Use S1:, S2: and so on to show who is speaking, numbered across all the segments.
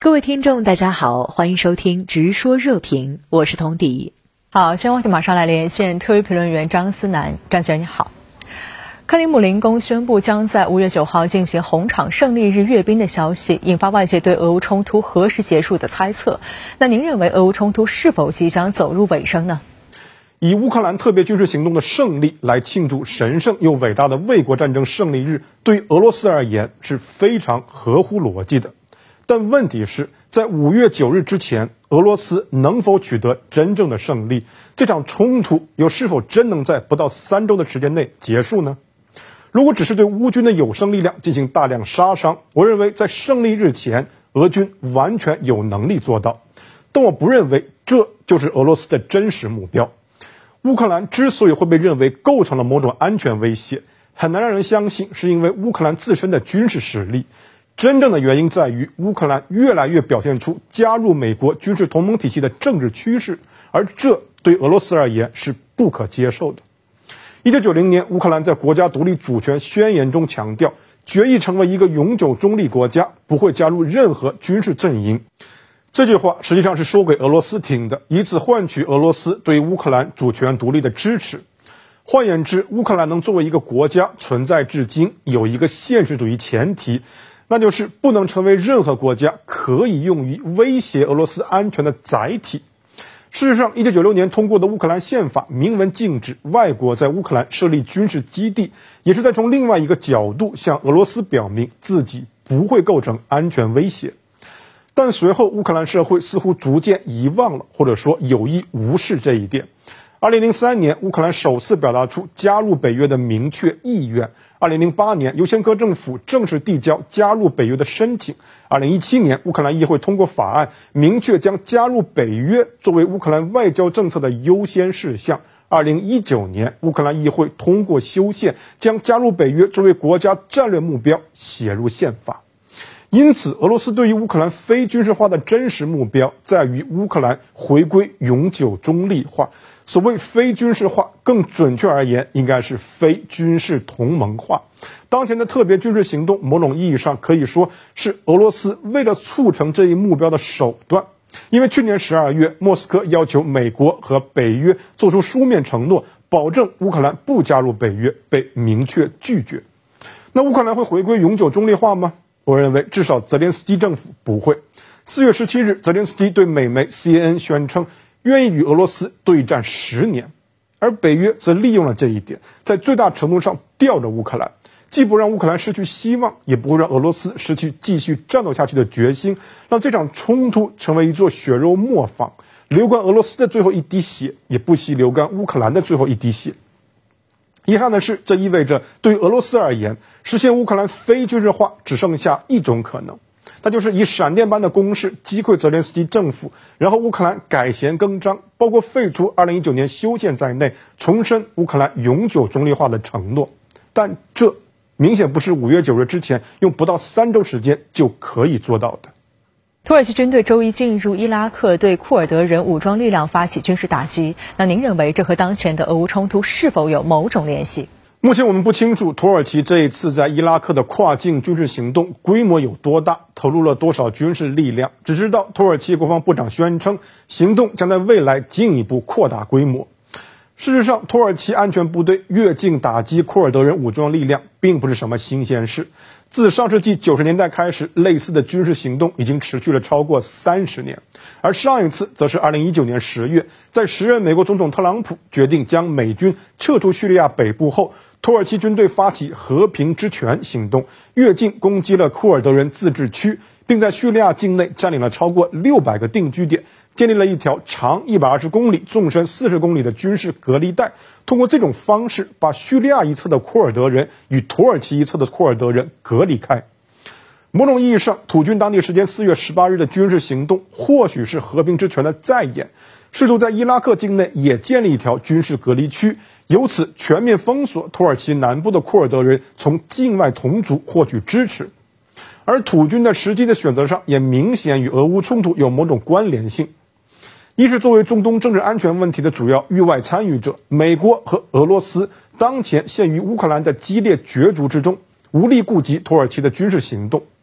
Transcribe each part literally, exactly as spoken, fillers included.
S1: 各位听众大家好，欢迎收听直说热评，我是童迪。
S2: 好，现在就马上来连线特约评论员张思南。张先生你好。克里姆林宫宣布将在五月九号进行红场胜利日阅兵的消息，引发外界对俄乌冲突何时结束的猜测。那您认为俄乌冲突是否即将走入尾声呢？
S3: 以乌克兰特别军事行动的胜利来庆祝神圣又伟大的卫国战争胜利日，对俄罗斯而言是非常合乎逻辑的。但问题是，在五月九日之前，俄罗斯能否取得真正的胜利？这场冲突又是否真能在不到三周的时间内结束呢？如果只是对乌军的有生力量进行大量杀伤，我认为在胜利日前，俄军完全有能力做到。但我不认为这就是俄罗斯的真实目标。乌克兰之所以会被认为构成了某种安全威胁，很难让人相信是因为乌克兰自身的军事实力。真正的原因在于乌克兰越来越表现出加入美国军事同盟体系的政治趋势，而这对俄罗斯而言是不可接受的。一九九零年，乌克兰在国家独立主权宣言中强调，决意成为一个永久中立国家，不会加入任何军事阵营。这句话实际上是说给俄罗斯听的，以此换取俄罗斯对乌克兰主权独立的支持。换言之，乌克兰能作为一个国家存在至今，有一个现实主义前提，那就是不能成为任何国家可以用于威胁俄罗斯安全的载体。事实上，一九九六年通过的乌克兰宪法明文禁止外国在乌克兰设立军事基地，也是在从另外一个角度向俄罗斯表明自己不会构成安全威胁。但随后乌克兰社会似乎逐渐遗忘了，或者说有意无视这一点。二零零三年，乌克兰首次表达出加入北约的明确意愿。二零零八年，尤先科政府正式递交加入北约的申请。二零一七年，乌克兰议会通过法案，明确将加入北约作为乌克兰外交政策的优先事项。二零一九年，乌克兰议会通过修宪，将加入北约作为国家战略目标写入宪法。因此，俄罗斯对于乌克兰非军事化的真实目标在于乌克兰回归永久中立化。所谓非军事化，更准确而言，应该是非军事同盟化。当前的特别军事行动，某种意义上可以说是俄罗斯为了促成这一目标的手段。因为去年十二月，莫斯科要求美国和北约做出书面承诺，保证乌克兰不加入北约，被明确拒绝。那乌克兰会回归永久中立化吗？我认为至少泽连斯基政府不会。四月十七日，泽连斯基对美媒 C N N 宣称，愿意与俄罗斯对战十年，而北约则利用了这一点，在最大程度上吊着乌克兰，既不让乌克兰失去希望，也不会让俄罗斯失去继续战斗下去的决心，让这场冲突成为一座血肉磨坊，流干俄罗斯的最后一滴血，也不惜流干乌克兰的最后一滴血。遗憾的是，这意味着对于俄罗斯而言，实现乌克兰非军事化只剩下一种可能，那就是以闪电般的攻势击溃泽连斯基政府，然后乌克兰改弦更张，包括废除二零一九年修宪在内，重申乌克兰永久中立化的承诺。但这明显不是五月九日之前用不到三周时间就可以做到的。
S2: 土耳其军队周一进入伊拉克，对库尔德人武装力量发起军事打击。那您认为这和当前的俄乌冲突是否有某种联系？
S3: 目前我们不清楚土耳其这一次在伊拉克的跨境军事行动规模有多大，投入了多少军事力量，只知道土耳其国防部长宣称行动将在未来进一步扩大规模。事实上，土耳其安全部队越境打击库尔德人武装力量并不是什么新鲜事。自上世纪九十年代开始，类似的军事行动已经持续了超过三十年。而上一次则是二零一九年十月，在时任美国总统特朗普决定将美军撤出叙利亚北部后，土耳其军队发起和平之权行动，越境攻击了库尔德人自治区，并在叙利亚境内占领了超过六百个定居点，建立了一条长一百二十公里、纵深四十公里的军事隔离带。通过这种方式，把叙利亚一侧的库尔德人与土耳其一侧的库尔德人隔离开。某种意义上，土军当地时间四月十八日的军事行动，或许是和平之权的再演，试图在伊拉克境内也建立一条军事隔离区，由此全面封锁土耳其南部的库尔德人从境外同族获取支持。而土军在实际的选择上，也明显与俄乌冲突有某种关联性。一是作为中东政治安全问题的主要域外参与者，美国和俄罗斯当前陷于乌克兰的激烈角逐之中，无力顾及土耳其的军事行动。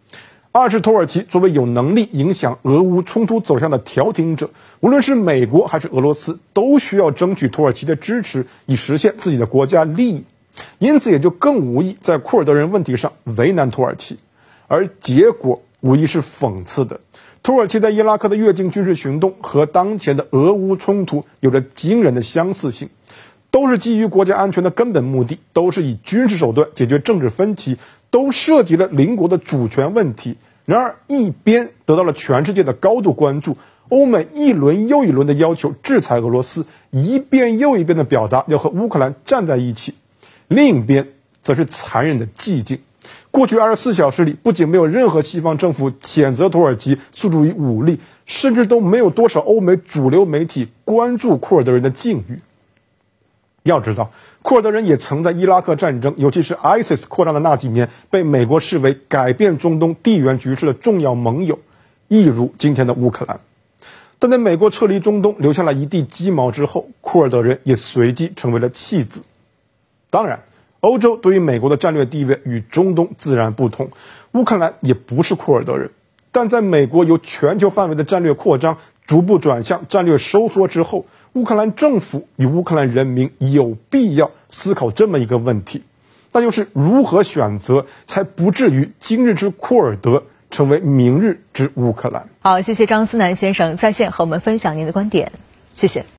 S3: 二是土耳其作为有能力影响俄乌冲突走向的调停者，无论是美国还是俄罗斯，都需要争取土耳其的支持，以实现自己的国家利益。因此也就更无意在库尔德人问题上为难土耳其，而结果无疑是讽刺的。土耳其在伊拉克的越境军事行动和当前的俄乌冲突有着惊人的相似性，都是基于国家安全的根本目的，都是以军事手段解决政治分歧，都涉及了邻国的主权问题。然而一边得到了全世界的高度关注，欧美一轮又一轮的要求制裁俄罗斯，一遍又一遍的表达要和乌克兰站在一起。另一边则是残忍的寂静。过去二十四小时里，不仅没有任何西方政府谴责土耳其诉诸于武力，甚至都没有多少欧美主流媒体关注库尔德人的境遇。要知道，库尔德人也曾在伊拉克战争，尤其是 I S I S 扩张的那几年，被美国视为改变中东地缘局势的重要盟友，一如今天的乌克兰。但在美国撤离中东留下了一地鸡毛之后，库尔德人也随即成为了弃子。当然，欧洲对于美国的战略地位与中东自然不同，乌克兰也不是库尔德人。但在美国由全球范围的战略扩张逐步转向战略收缩之后，乌克兰政府与乌克兰人民有必要思考这么一个问题，那就是如何选择才不至于今日之库尔德成为明日之乌克兰。
S2: 好，谢谢张思南先生在线和我们分享您的观点，谢谢。